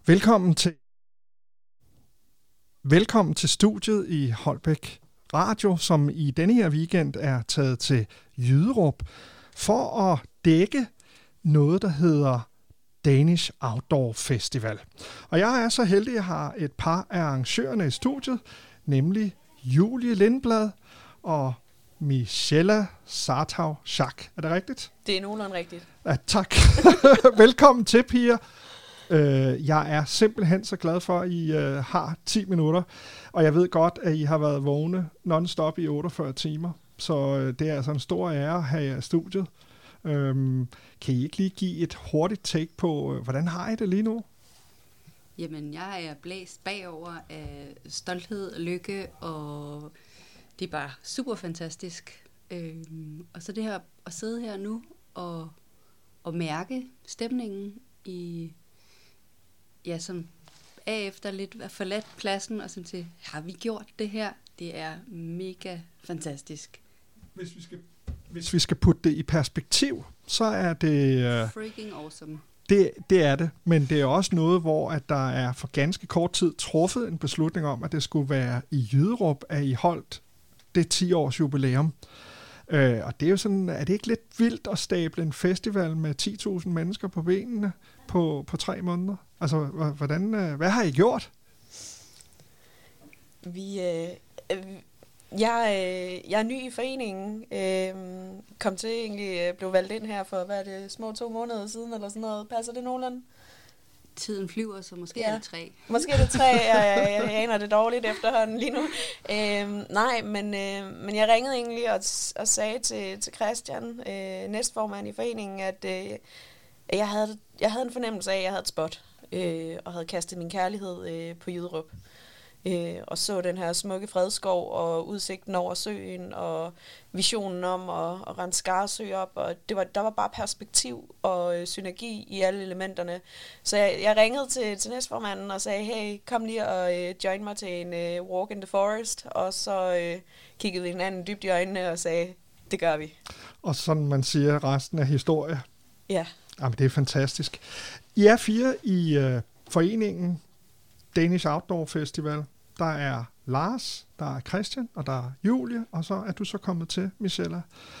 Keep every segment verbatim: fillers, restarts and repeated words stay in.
Velkommen til Velkommen til studiet i Holbæk Radio, som i denne her weekend er taget til Jyderup for at dække noget, der hedder Danish Outdoor Festival. Og jeg er så heldig, at jeg har et par af arrangørerne i studiet, nemlig Julie Lindblad og Michelle Sartau Schack. Er det rigtigt? Det er nogenlunde rigtigt. Ja, tak. Velkommen til, piger. Uh, jeg er simpelthen så glad for, at I uh, har ti minutter, og jeg ved godt, at I har været vågne non-stop i otteogfyrre timer, så uh, det er altså en stor ære at have jer i studiet. Um, kan I ikke lige give et hurtigt take på, uh, hvordan har I det lige nu? Jamen, jeg er blæst bagover af stolthed og lykke, og det er bare super fantastisk. Øhm, og så det her at sidde her nu og, og mærke stemningen i, ja, som af efter lidt at forladt pladsen, og sådan til, har vi gjort det her? Det er mega fantastisk. Hvis vi skal, hvis vi skal putte det i perspektiv, så er det... Uh... Freaking awesome. Det, det er det, men det er også noget, hvor at der er for ganske kort tid truffet en beslutning om, at det skulle være i Jyderup, at I holdt det ti års jubilæum. Øh, og det er jo sådan, er det ikke lidt vildt at stable en festival med ti tusind mennesker på benene på, på tre måneder? Altså, hvordan, hvad har I gjort? Vi, øh, øh, jeg, øh, jeg er ny i foreningen. Øh, kom til egentlig, øh, blev valgt ind her for, hvad er det, små to måneder siden, eller sådan noget. Passer det nogenlunde? Tiden flyver, så måske ja. er det tre. Måske er det tre, jeg, jeg, jeg aner det dårligt efterhånden lige nu. Øh, nej, men, øh, men jeg ringede egentlig og, og sagde til, til Christian, øh, næstformand i foreningen, at øh, jeg, havde, jeg havde en fornemmelse af, at jeg havde et spot, øh, og havde kastet min kærlighed øh, på Jyderup. Øh, og så den her smukke fredskov og udsigten over søen og visionen om at, at rense Skarsø op, og det var, der var bare perspektiv og øh, synergi i alle elementerne. Så jeg, jeg ringede til, til næstformanden og sagde, hey, kom lige og øh, join mig til en øh, walk in the forest, og så øh, kiggede vi hinanden dybt i øjnene og sagde, det gør vi. Og sådan man siger, resten af historie. Ja. Jamen, det er fantastisk. I er fire i øh, foreningen Danish Outdoor Festival. Der er Lars, der er Christian, og der er Julie, og så er du så kommet til, Michelle.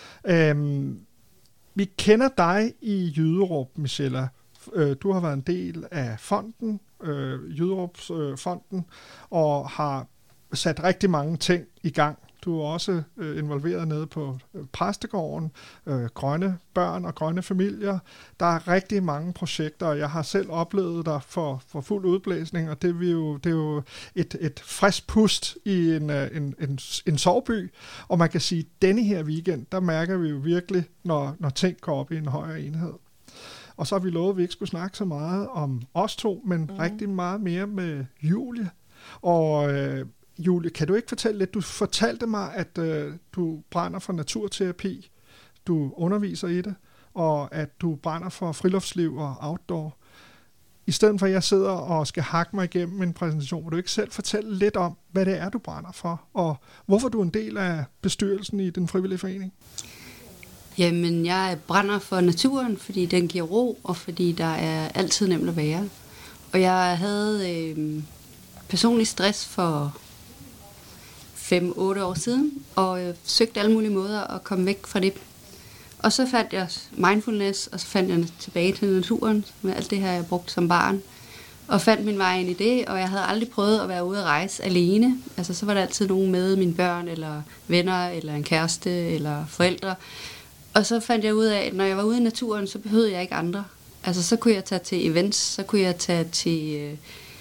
Øhm, vi kender dig i Jyderup, Michelle. Øh, du har været en del af fonden, øh, Jyderups øh, fonden, og har sat rigtig mange ting i gang. Du er også øh, involveret nede på øh, præstegården, øh, grønne børn og grønne familier. Der er rigtig mange projekter, og jeg har selv oplevet dig for, for fuld udblæsning, og det er jo, det er jo et, et frisk pust i en, en, en, en soveby. Og man kan sige, at denne her weekend, der mærker vi jo virkelig, når, når ting går op i en højere enhed. Og så har vi lovet, at vi ikke skulle snakke så meget om os to, men mm. rigtig meget mere med Julie. Og... Øh, Julie, kan du ikke fortælle lidt? Du fortalte mig, at øh, du brænder for naturterapi, du underviser i det, og at du brænder for friluftsliv og outdoor. I stedet for, at jeg sidder og skal hakke mig igennem en præsentation, vil du ikke selv fortælle lidt om, hvad det er, du brænder for, og hvorfor du er en del af bestyrelsen i den frivillige forening? Jamen, jeg brænder for naturen, fordi den giver ro, og fordi der er altid nemt at være. Og jeg havde øh, personlig stress for fem otte år siden, og øh, søgte alle mulige måder at komme væk fra det. Og så fandt jeg mindfulness, og så fandt jeg tilbage til naturen, med alt det her, jeg brugt som barn, og fandt min vej ind i det, og jeg havde aldrig prøvet at være ude at rejse alene. Altså, så var der altid nogen med, mine børn, eller venner, eller en kæreste, eller forældre. Og så fandt jeg ud af, at når jeg var ude i naturen, så behøvede jeg ikke andre. Altså, så kunne jeg tage til events, så kunne jeg tage til... Øh,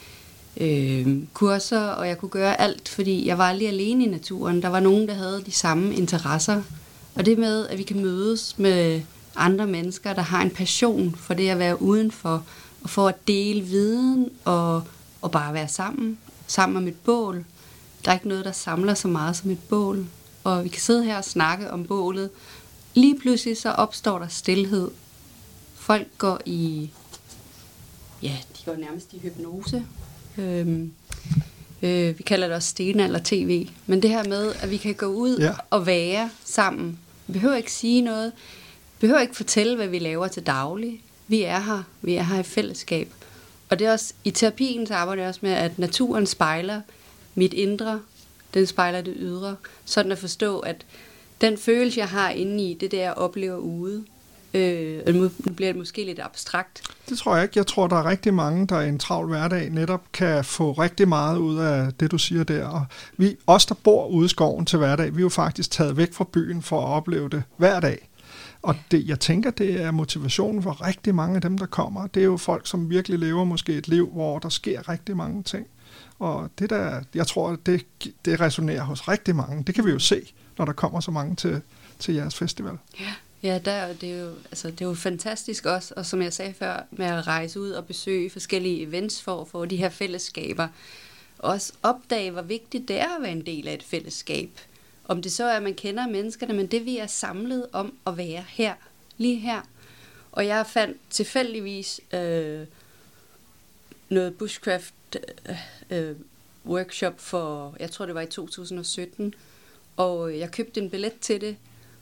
Øh, kurser, og jeg kunne gøre alt, fordi jeg var aldrig alene i naturen. Der var nogen, der havde de samme interesser. Og det med, at vi kan mødes med andre mennesker, der har en passion for det at være udenfor, og for at dele viden, og, og bare være sammen, sammen om et bål. Der er ikke noget, der samler så meget som et bål. Og vi kan sidde her og snakke om bålet. Lige pludselig så opstår der stilhed. Folk går i, ja, de går nærmest i hypnose. Øhm, øh, vi kalder det også stenalder-tv. Men det her med, at vi kan gå ud ja. og være sammen. Vi behøver ikke sige noget. Vi behøver ikke fortælle, hvad vi laver til daglig. Vi er her. Vi er her i fællesskab. og det er også, i terapien så arbejder jeg også med, at naturen spejler mit indre, den spejler det ydre, sådan at forstå, at den følelse, jeg har inde i, det er det, jeg oplever ude. Øh, nu bliver det måske lidt abstrakt. Det tror jeg ikke. Jeg tror, der er rigtig mange, der i en travl hverdag netop kan få rigtig meget ud af det, du siger der. Og vi, os, der bor ude i skoven til hverdag, vi er jo faktisk taget væk fra byen for at opleve det hver dag. Og det, jeg tænker, det er motivationen for rigtig mange af dem, der kommer. Det er jo folk, som virkelig lever måske et liv, hvor der sker rigtig mange ting. Og det der, jeg tror, det, det resonerer hos rigtig mange. Det kan vi jo se, når der kommer så mange til, til jeres festival. Ja. Ja, der, det, er jo, altså, det er jo fantastisk også, og som jeg sagde før, med at rejse ud og besøge forskellige events for at få de her fællesskaber. Også opdage, hvor vigtigt det er at være en del af et fællesskab. Om det så er, at man kender menneskerne, men det vi er samlet om at være her, lige her. Og jeg fandt tilfældigvis øh, noget bushcraft øh, øh, workshop for, jeg tror det var i to tusind og sytten, og jeg købte en billet til det,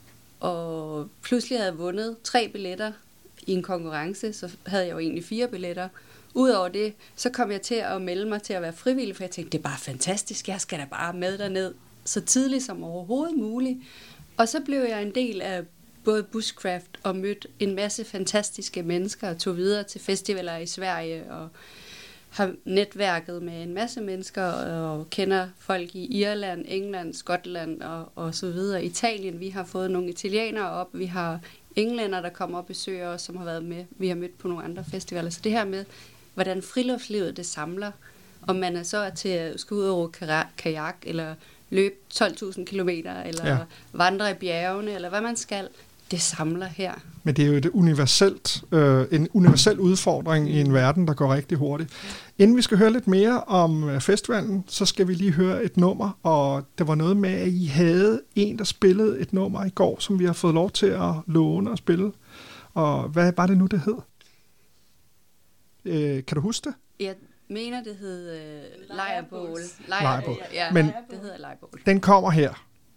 og pludselig havde jeg vundet tre billetter i en konkurrence, så havde jeg jo egentlig fire billetter. Udover det, så kom jeg til at melde mig til at være frivillig, for jeg tænkte, det er bare fantastisk, jeg skal da bare med derned så tidligt som overhovedet muligt. Og så blev jeg en del af både bushcraft og mødte en masse fantastiske mennesker og tog videre til festivaler i Sverige og har netværket med en masse mennesker og kender folk i Irland, England, Skotland og, og så videre. Italien, vi har fået nogle italienere op, vi har englænder, der kommer og besøger os, som har været med. Vi har mødt på nogle andre festivaler. Så det her med, hvordan friluftslivet det samler, om man er så er til at skulle ud og ro kajak, eller løbe tolv tusind kilometer, eller ja. vandre i bjergene, eller hvad man skal, det samler her. Men det er jo et universelt, øh, en universel udfordring i en verden, der går rigtig hurtigt. Inden vi skal høre lidt mere om festivalen, så skal vi lige høre et nummer, og det var noget med, at I havde en, der spillede et nummer i går, som vi har fået lov til at låne og spille. Og hvad var det nu, det hed? Øh, kan du huske det? Jeg mener, det hed øh, Lejrbål. Lejrbål. Ja, men det hedder Lejrbål. Den kommer her.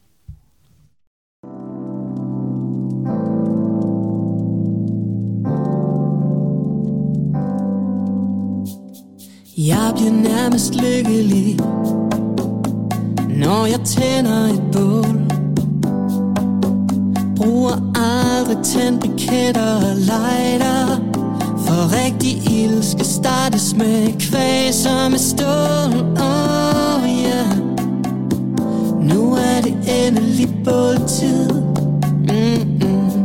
Jeg bliver nærmest lykkelig, når jeg tænder et bål. Bruger aldrig tændbriketter og lighter, for rigtig ild skal startes med kvæs og med stål. Oh yeah, nu er det endelig båltid. Mm-mm.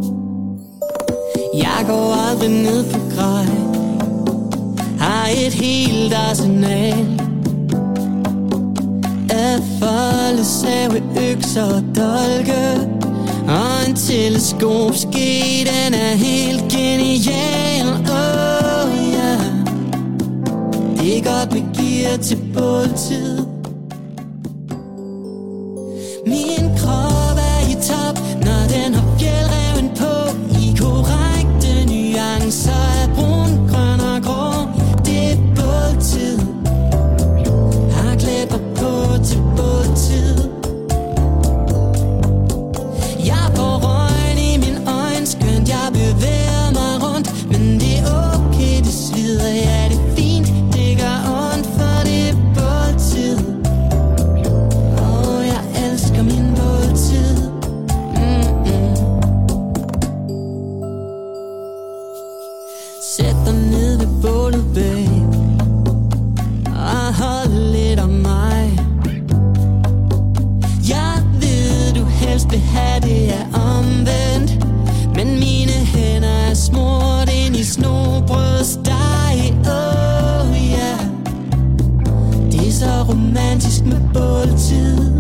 Jeg går aldrig ned på grej, har et helt arsenal af folde, save, økser og dolke, og en teleskopske, den er helt genial. Oh yeah, det er godt med gear til båltid. Min krop er i top, når den har fjeldreven på, i korrekte nuancer af brun, grøn og grå. Det er båltid, har klædt mig på til båltid. Jeg får røgen i min øjne, skønt jeg bevæger mig rundt, men det er okay, det svider, ja det er fint, det gør ondt, for det er båltid. Åh, jeg elsker min båltid. Mm-mm. Sæt dig ned ved bålet, babe, og hold lidt om mig. Jeg ved, du helst vil have det er omvendt, men mine hænder er smurt ind i snobrødsdej. Oh yeah, det er så romantisk med båltid.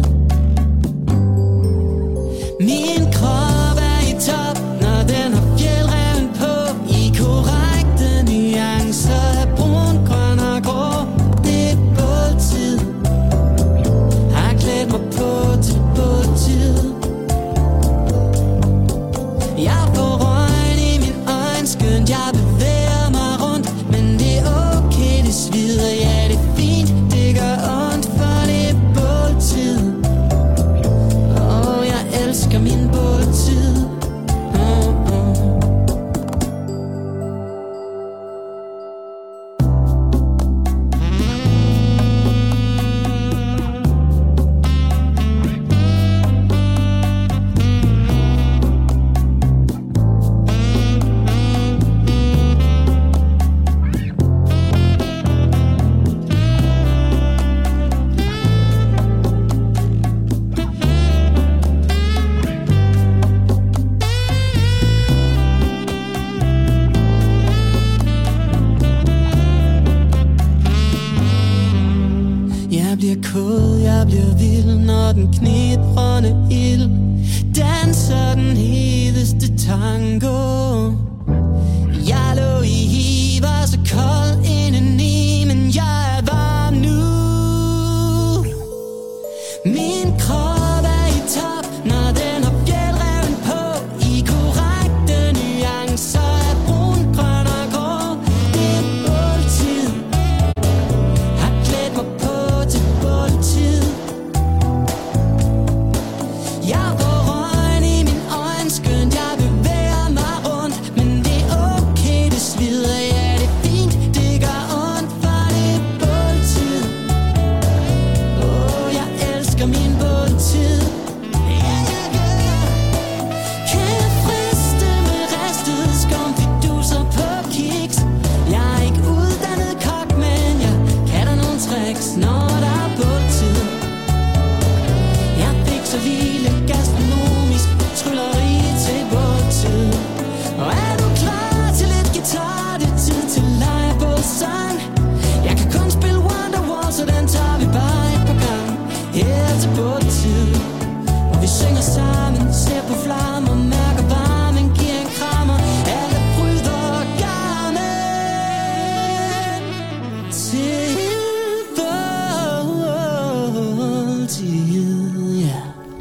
Min krop er i top, når den har fjeldreven på, i korrekte nuancer af brun, grøn og grå. Det er båltid, har klædt mig på til båltid. Jeg får røgen i min øjne, skønt jeg bevæger mig rundt, men det er okay, det svider, ja det er fint, det gør ondt, for det er båltid. kul. Jeg bliver vild, når den knitrende ild danser den hedeste tango. Jeg lå i hi, var så kold indeni, men jeg er varm nu. Min krop er i top, når den har fjeldreven på, i korrekte nuancer af brun, grøn og grå. Det er båltid, har klædt mig på til båltid. Jeg får røgen i min øjne, skønt jeg bevæger mig rundt, men det er okay, det slider, ja det er fint, det gør ondt, for det er båltid. Åh, jeg elsker min båltid. Ja, ja, ja. Kan jeg friste med ristet skumfiduser på kiks? Jeg er ikke uddannet kok, men jeg kan da nogle tricks, når der er båltid. Jeg fik så lille gastronomisk trylleri til båltid. Og er du klar til lidt guitar? Det er tid til lejrebålsang. Jeg kan kun spille Wonderwall, så den tager vi bare et par gange. Her til båltid, hvor vi synger sammen, ser på flammer, mærker varmen, giver en krammer. Alle bryder garmen til båltid, ja.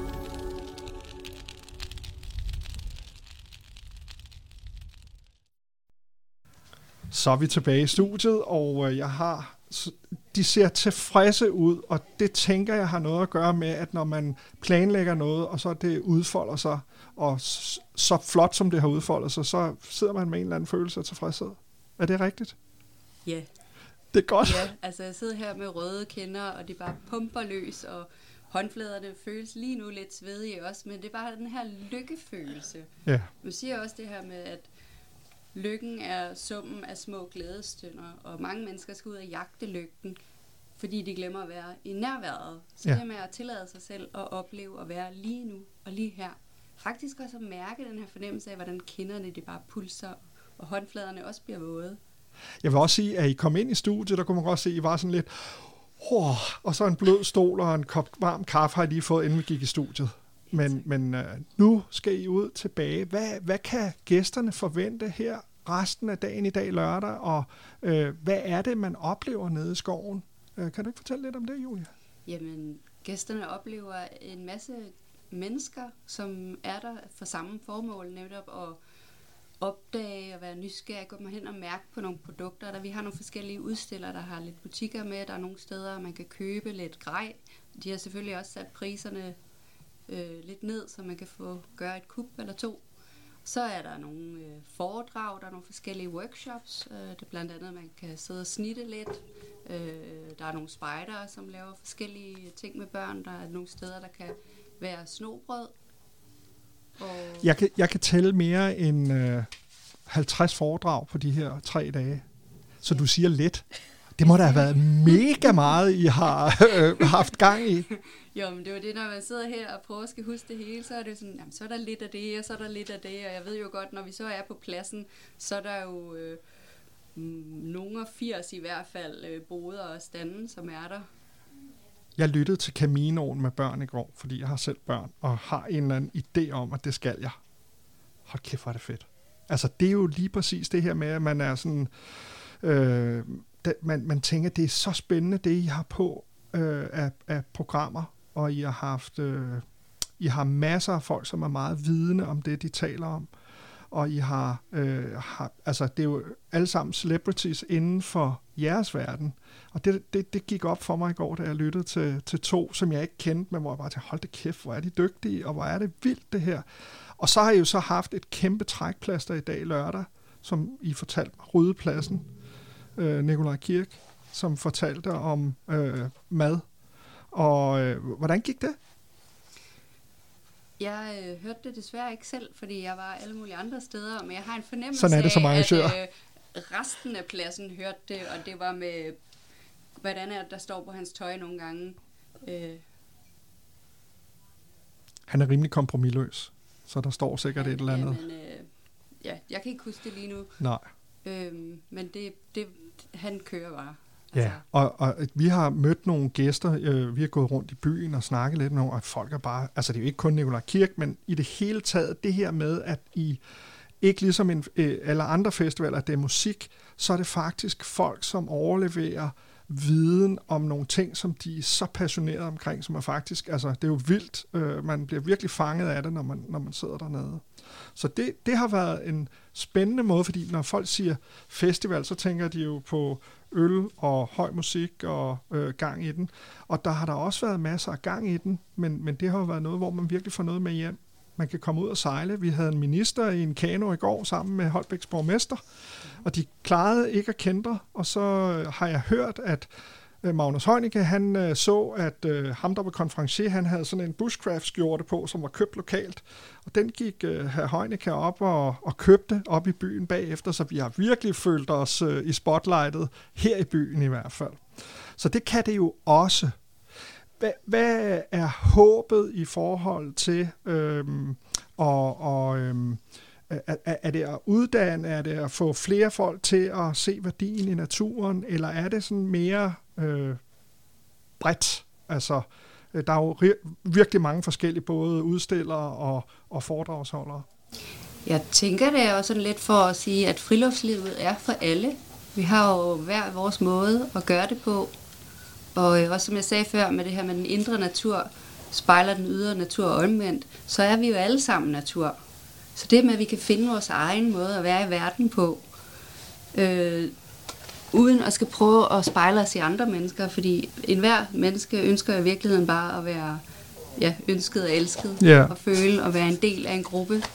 Så er vi tilbage i studiet, og øh, jeg har, s- de ser tilfredse ud, og det tænker jeg har noget at gøre med, at når man planlægger noget, og så det udfolder sig, og s- så flot som det har udfoldet sig, så sidder man med en eller anden følelse af tilfredshed. Er det rigtigt? Ja, Det er godt. ja, altså jeg sidder her med røde kinder, og det bare pumper løs, og håndfladerne føles lige nu lidt svedige også, men det er bare den her lykkefølelse. Ja. Man siger også det her med, at lykken er summen af små glædestunder, og mange mennesker skal ud og jagte lykken, fordi de glemmer at være i nærværet. Så Ja. det med at tillade sig selv at opleve at være lige nu og lige her. Faktisk også at mærke den her fornemmelse af, hvordan kinderne de bare pulser, og håndfladerne også bliver våde. Jeg vil også sige, at I kom ind i studiet, der kunne man godt se, at I var sådan lidt, oh, og så en blød stol og en kop varm kaffe har I lige fået, inden vi gik i studiet. Men, men uh, nu skal I ud tilbage. Hvad, hvad kan gæsterne forvente her resten af dagen i dag lørdag, og uh, hvad er det, man oplever nede i skoven? Uh, kan du ikke fortælle lidt om det, Julia? Jamen, gæsterne oplever en masse mennesker, som er der for samme formål, netop at opdage og være nysgerrig, gå mig hen og mærke på nogle produkter. Der vi har nogle forskellige udstillere, der har lidt butikker med, der er nogle steder, man kan købe lidt grej. De har selvfølgelig også sat priserne øh, lidt ned, så man kan få gøre et kup eller to. Så er der nogle øh, foredrag, der er nogle forskellige workshops, øh, det er blandt andet, man kan sidde og snitte lidt. Øh, der er nogle spejdere, som laver forskellige ting med børn. Der er nogle steder, der kan være snobrød. Og Jeg kan, jeg kan tælle mere end uh, halvtreds foredrag på de her tre dage. Så du siger lidt. Det må da have været mega meget, I har øh, haft gang i. jo, men det var det, når man sidder her og prøver at skal huske det hele, så er det jo sådan, jamen, så er der lidt af det, og så er der lidt af det, og jeg ved jo godt, når vi så er på pladsen, så er der jo øh, nogle af firs i hvert fald øh, boder og standen, som er der. Jeg lyttede til Caminoen med børn i går, fordi jeg har selv børn, og har en eller anden idé om, at det skal jeg. Hold kæft, hvor er det fedt. Altså, det er jo lige præcis det her med, at man er sådan... Øh, det, man, man tænker, det er så spændende, det I har på øh, af, af programmer, og I har haft... Øh, I har masser af folk, som er meget vidende om det, de taler om. Og I har, øh, har... Altså, det er jo alle sammen celebrities inden for jeres verden. Og det, det, det gik op for mig i går, da jeg lyttede til, til to, som jeg ikke kendte, men hvor jeg bare tænkte, hold da kæft, hvor er de dygtige, og hvor er det vildt det her. Og så har I jo så haft et kæmpe trækplaster i dag lørdag, som I fortalte mig, Rydepladsen, øh, Nikolaj Kirk, som fortalte om øh, mad. Og øh, hvordan gik det? Jeg øh, hørte det desværre ikke selv, fordi jeg var alle mulige andre steder, men jeg har en fornemmelse Sådan er det som af, at arrangør. øh, resten af pladsen hørte det, og det var med, hvordan er det, der står på hans tøj nogle gange. Øh, Han er rimelig kompromisløs, så der står sikkert et eller andet. Jamen, øh, ja, jeg kan ikke huske det lige nu, Nej. øh, men det, det, han kører bare. Ja, Altså. og, og vi har mødt nogle gæster, øh, vi har gået rundt i byen og snakket lidt med nogle, og folk er bare, altså det er jo ikke kun Nikolaj Kirk, men i det hele taget, det her med, at I ikke ligesom en, øh, alle andre festivaler, at det er musik, så er det faktisk folk, som overleverer viden om nogle ting, som de er så passionerede omkring, som er faktisk, altså det er jo vildt, øh, man bliver virkelig fanget af det, når man, når man sidder dernede. Så det, det har været en spændende måde, fordi når folk siger festival, så tænker de jo på øl og høj musik og øh, gang i den. Og der har der også været masser af gang i den, men, men det har jo været noget, hvor man virkelig får noget med hjem. Man kan komme ud og sejle. Vi havde en minister i en kano i går sammen med Holbæks borgmester, og de klarede ikke at kendre, og så har jeg hørt, at Magnus Heunicke, han øh, så, at øh, ham, der var konferencier, han havde sådan en bushcraft-skjorte på, som var købt lokalt. Og den gik øh, herr Heunicke op og, og købte op i byen bagefter, så vi har virkelig følt os øh, i spotlightet, her i byen i hvert fald. Så det kan det jo også. Hvad, hvad er håbet i forhold til, øhm, og, og øhm, er, er det at uddanne, er det at få flere folk til at se værdien i naturen, eller er det sådan mere øh, bredt? Altså, der er jo virkelig mange forskellige, både udstillere og, og foredragsholdere. Jeg tænker, det er også sådan lidt for at sige, at friluftslivet er for alle. Vi har jo hver vores måde at gøre det på. Og også som jeg sagde før, med det her med den indre natur, spejler den ydre natur og omvendt, så er vi jo alle sammen natur. Så det med, at vi kan finde vores egen måde at være i verden på, øh, uden at skal prøve at spejle os i andre mennesker, fordi enhver menneske ønsker i virkeligheden bare at være ja, ønsket og elsket, yeah. og føle og være en del af en gruppe.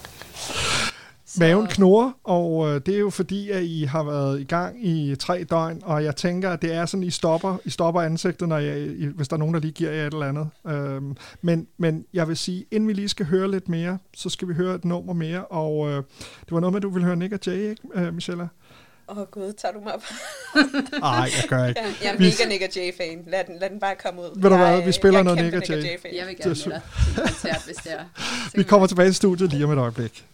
Maven knurrer, og øh, det er jo fordi, at I har været i gang i tre døgn, og jeg tænker, at det er sådan, I stopper, I stopper ansigtet, når jeg, I, hvis der er nogen, der lige giver jer et eller andet. Øhm, men, men jeg vil sige, inden vi lige skal høre lidt mere, så skal vi høre et nummer mere, og øh, det var noget med, at du ville høre Nick og Jay, ikke, øh, Michelle? Åh oh, gud, tager du mig op? Nej, jeg gør ikke. Ja, jeg er mega Nick og Jay-fan. Lad den, lad den bare komme ud. Ved du hvad, jeg, vi spiller jeg noget Nick og Jay. Jay. Jeg vil gerne med dig til en koncert, hvis det er. Vi kommer tilbage til studiet lige om et øjeblik.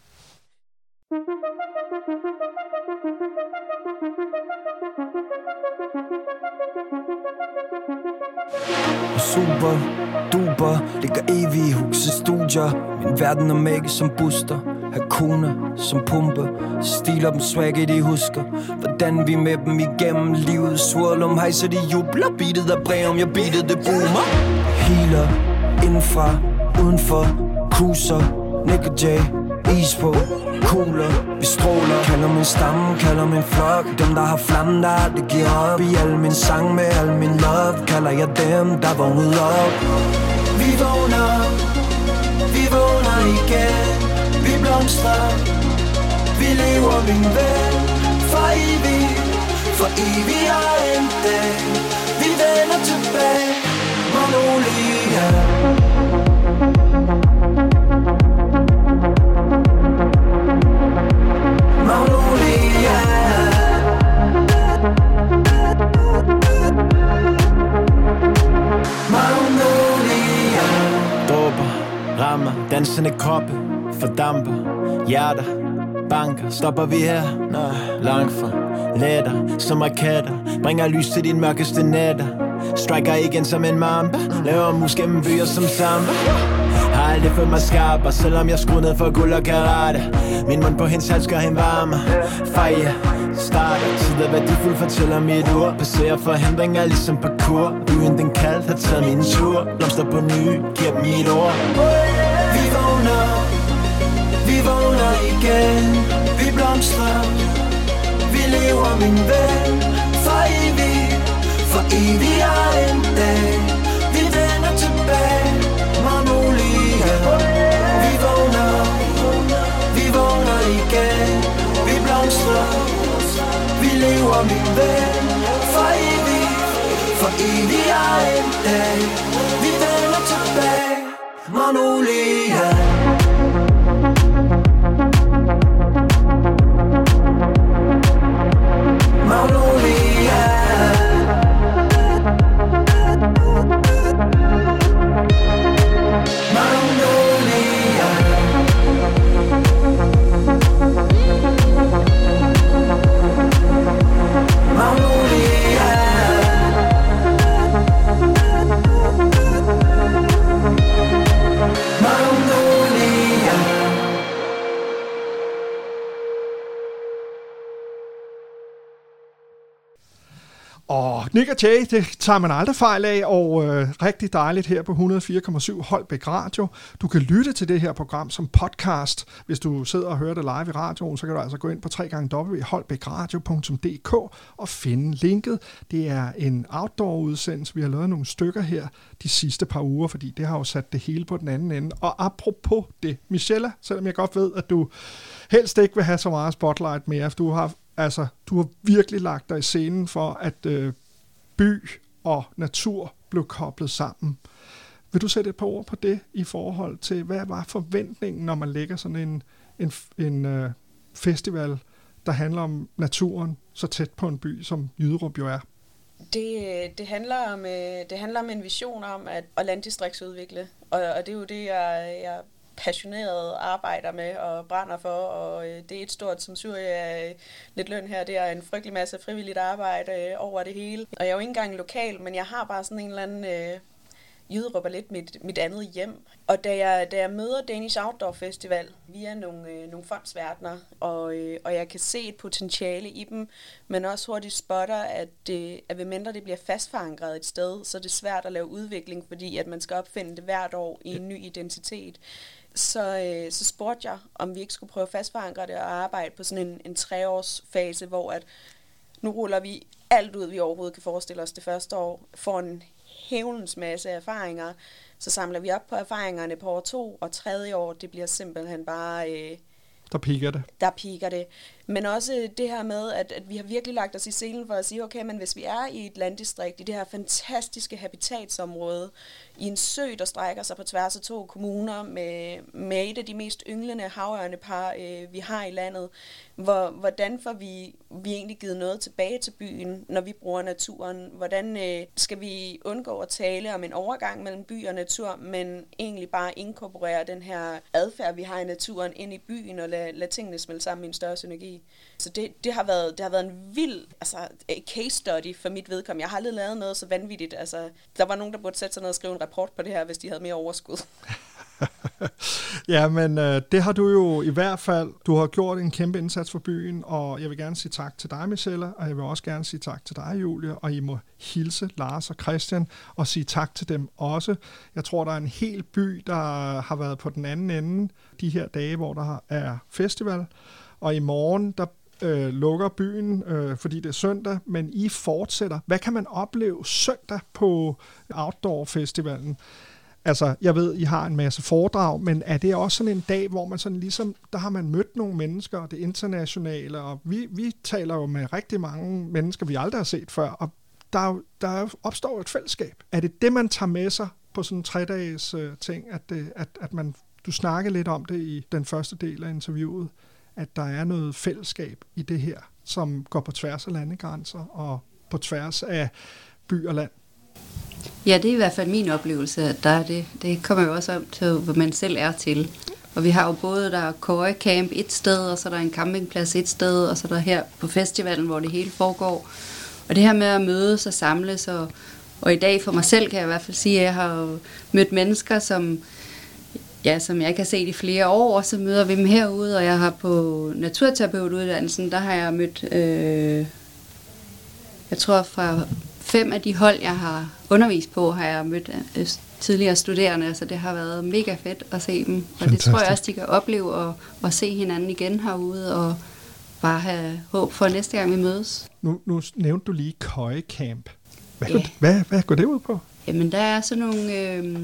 Super, duper, ligger evig i huset studier. Min verden er magisk som booster. Hakuna som pumpe. Stiler dem swagget, de husker hvordan vi med dem igennem livet. Swirlum hejser, de jubler. Beatet er bred, om jeg beatet, det boomer. Healer, indenfra, udenfor. Cruiser, Nick og Jay. Is på, cooler, vi stråler. Kalder min stamme, kalder min flok. Dem der har flammen, der aldrig giver op. I al min sang med al min love. Kalder jeg dem, der vågnede op. Vi vågner, vi vågner igen. Vi blomstrer, vi lever min ven. For evigt, for evigt er en dag. Vi vender tilbage, Magnolia. Magnolia. Magnolia. Dråber, rammer, dansende kroppe, fordamper, hjerter, banker. Stopper vi her? Nej, langt fra. Letter som raketter, bringer lys til dine mørkeste nætter. Striker igen som en mamba, laver mus gennem byer som samba. Har aldrig følt mig skarper, selvom jeg skruer ned for guld og karate. Min mund på hendes hals gør hende varmer. Fejre, starter, tid er værdifuld, fortæller mit ord. Passerer forhindringer ligesom parkour. Byen den kaldt har taget min tur. Blomster på nye, giver dem mit ord. Vi vågner, vi vågner igen. Vi blomstrer, vi lever min ven. For evigt, for evigt er en dag. Vi vender tilbage, Magnolia. Vi vågner, vi vågner igen. Vi blomstrer, vi lever min ven. For evigt, for evigt er en dag. Vi vender tilbage, Magnolia. Magnolia. Magnolia. Magnolia. Og Nick og Jay, det tager man aldrig fejl af, og øh, rigtig dejligt her på hundrede og fire komma syv Holbæk Radio. Du kan lytte til det her program som podcast. Hvis du sidder og hører det live i radioen, så kan du altså gå ind på w w w punktum holbækradio punktum d k og finde linket. Det er en outdoor-udsendelse. Vi har lavet nogle stykker her de sidste par uger, fordi det har jo sat det hele på den anden ende. Og apropos det, Michelle, selvom jeg godt ved, at du helst ikke vil have så meget spotlight mere, for du har Altså, du har virkelig lagt dig i scenen for, at øh, by og natur blev koblet sammen. Vil du sætte et par ord på det i forhold til, hvad var forventningen, når man lægger sådan en, en, en øh, festival, der handler om naturen så tæt på en by, som Jyderup jo er? Det, det, handler om, det handler om en vision om at, at landdistriktsudvikle, og, og det er jo det, jeg, jeg passioneret arbejder med og brænder for, og det er et stort censur af lidt løn her. Det er en frygtelig masse frivilligt arbejde over det hele. Og jeg er jo ikke engang lokal, men jeg har bare sådan en eller anden øh, Jyderup er lidt mit, mit andet hjem. Og da jeg, da jeg møder Danish Outdoor Festival via nogle, øh, nogle fondsverdener, og, øh, og jeg kan se et potentiale i dem, men også hurtigt spotter, at, det, at ved mindre det bliver fastforankret et sted, så er det svært at lave udvikling, fordi at man skal opfinde det hvert år i en ny identitet. Så, øh, så spurgte jeg, om vi ikke skulle prøve at fastforankre det og arbejde på sådan en, en treårsfase, hvor at nu ruller vi alt ud, vi overhovedet kan forestille os det første år, får en hævnens masse erfaringer, så samler vi op på erfaringerne på år to, og tredje år, det bliver simpelthen bare... Øh, der piker det. Der piker det. Men også det her med, at, at vi har virkelig lagt os i selen for at sige, okay, men hvis vi er i et landdistrikt, i det her fantastiske habitatsområde, i en sø, der strækker sig på tværs af to kommuner, med, med et af de mest ynglende havørnepar, øh, vi har i landet, hvor, hvordan får vi, vi egentlig givet noget tilbage til byen, når vi bruger naturen? Hvordan øh, skal vi undgå at tale om en overgang mellem by og natur, men egentlig bare inkorporere den her adfærd, vi har i naturen, ind i byen og lade, lade tingene smelte sammen i en større synergi? Så det, det, har været, det har været en vild altså, case study for mit vedkommende. Jeg har aldrig lavet noget så vanvittigt. Altså, der var nogen, der burde sætte sig ned og skrive en rapport på det her, hvis de havde mere overskud. Ja, men øh, det har du jo i hvert fald. Du har gjort en kæmpe indsats for byen, og jeg vil gerne sige tak til dig, Michelle, og jeg vil også gerne sige tak til dig, Julie, og I må hilse Lars og Christian og sige tak til dem også. Jeg tror, der er en hel by, der har været på den anden ende de her dage, hvor der er festival, og i morgen, der øh, lukker byen, øh, fordi det er søndag, men I fortsætter. Hvad kan man opleve søndag på Outdoor Festivalen? Altså, jeg ved, I har en masse foredrag, men er det også sådan en dag, hvor man sådan ligesom, der har man mødt nogle mennesker, og det internationale, og vi, vi taler jo med rigtig mange mennesker, vi aldrig har set før, og der, der opstår et fællesskab. Er det det, man tager med sig på sådan en tre-dages uh, ting, at, det, at, at man, du snakker lidt om det i den første del af interviewet, at der er noget fællesskab i det her, som går på tværs af landegrænser og på tværs af by og land? Ja, det er i hvert fald min oplevelse, at der er det. Det kommer jo også om til, hvor man selv er til. Og vi har jo både, der er Køge Camp et sted, og så er der en campingplads et sted, og så er der her på festivalen, hvor det hele foregår. Og det her med at mødes og samles, og, og i dag for mig selv kan jeg i hvert fald sige, at jeg har mødt mennesker, som, ja, som jeg ikke har set i flere år, og så møder vi dem herude, og jeg har på naturterapeutuddannelsen, der har jeg mødt, øh, jeg tror fra fem af de hold, jeg har undervist på, har jeg mødt øh, tidligere studerende, så det har været mega fedt at se dem. Og Fantastisk. Det tror jeg også, de kan opleve at, at se hinanden igen herude, og bare have håb for næste gang, vi mødes. Nu, nu nævnte du lige Køge Camp. Hvad, Ja. hvad, hvad går det ud på? Jamen, der er sådan nogle øh,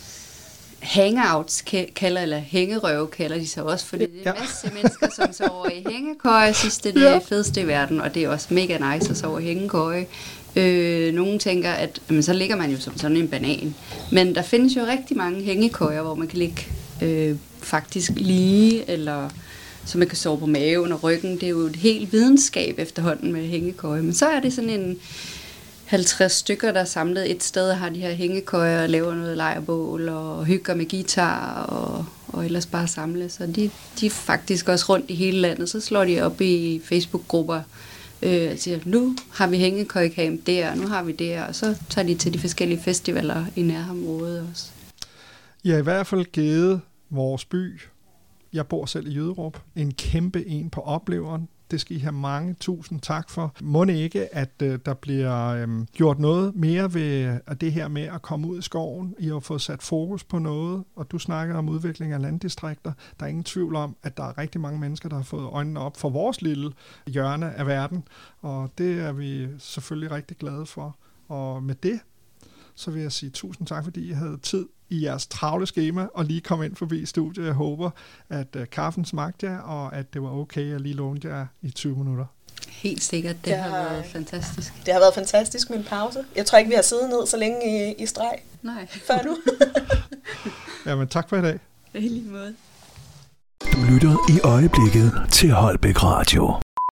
hangouts, kalder, eller hængerøve kalder de sig også, fordi det er en Ja. masse mennesker, som sover i hængekøje. Synes det er Ja. det fedeste i verden, og det er også mega nice at sove i hængekøje. Øh, nogle tænker, at jamen, så ligger man jo som sådan en banan. Men der findes jo rigtig mange hængekøjer, hvor man kan ligge øh, faktisk lige, eller så man kan sove på maven og ryggen. Det er jo et helt videnskab efterhånden med hængekøje. Men så er det sådan en halvtreds stykker, der er samlet et sted, har de her hængekøjer og laver noget lejrbål og hygger med guitar og, og ellers bare samles. Så de, de er faktisk også rundt i hele landet. Så slår de op i Facebook-grupper øh, og siger, nu har vi hængekøjecamp der, nu har vi det, og så tager de til de forskellige festivaler i nærområdet også. I har i hvert fald givet vores by, jeg bor selv i Jyderup, en kæmpe en på opleveren. Det skal I have mange tusind tak for. Må ikke, at øh, der bliver øh, gjort noget mere ved at det her med at komme ud i skoven. I har fået sat fokus på noget, og du snakker om udvikling af landdistrikter. Der er ingen tvivl om, at der er rigtig mange mennesker, der har fået øjnene op for vores lille hjørne af verden, og det er vi selvfølgelig rigtig glade for. Og med det, så vil jeg sige tusind tak, fordi I havde tid i jeres travle skema og lige komme ind forbi studiet. Jeg håber, at uh, kaffen smagte jer, og at det var okay, at lige lånte jer i tyve minutter. Helt sikkert, det, det har været fantastisk. Det har været fantastisk med en pause. Jeg tror ikke, vi har siddet ned så længe i, i streg. Nej. Før nu. Jamen, tak for i dag. I lige måde. Du lytter i øjeblikket til Holbæk Radio.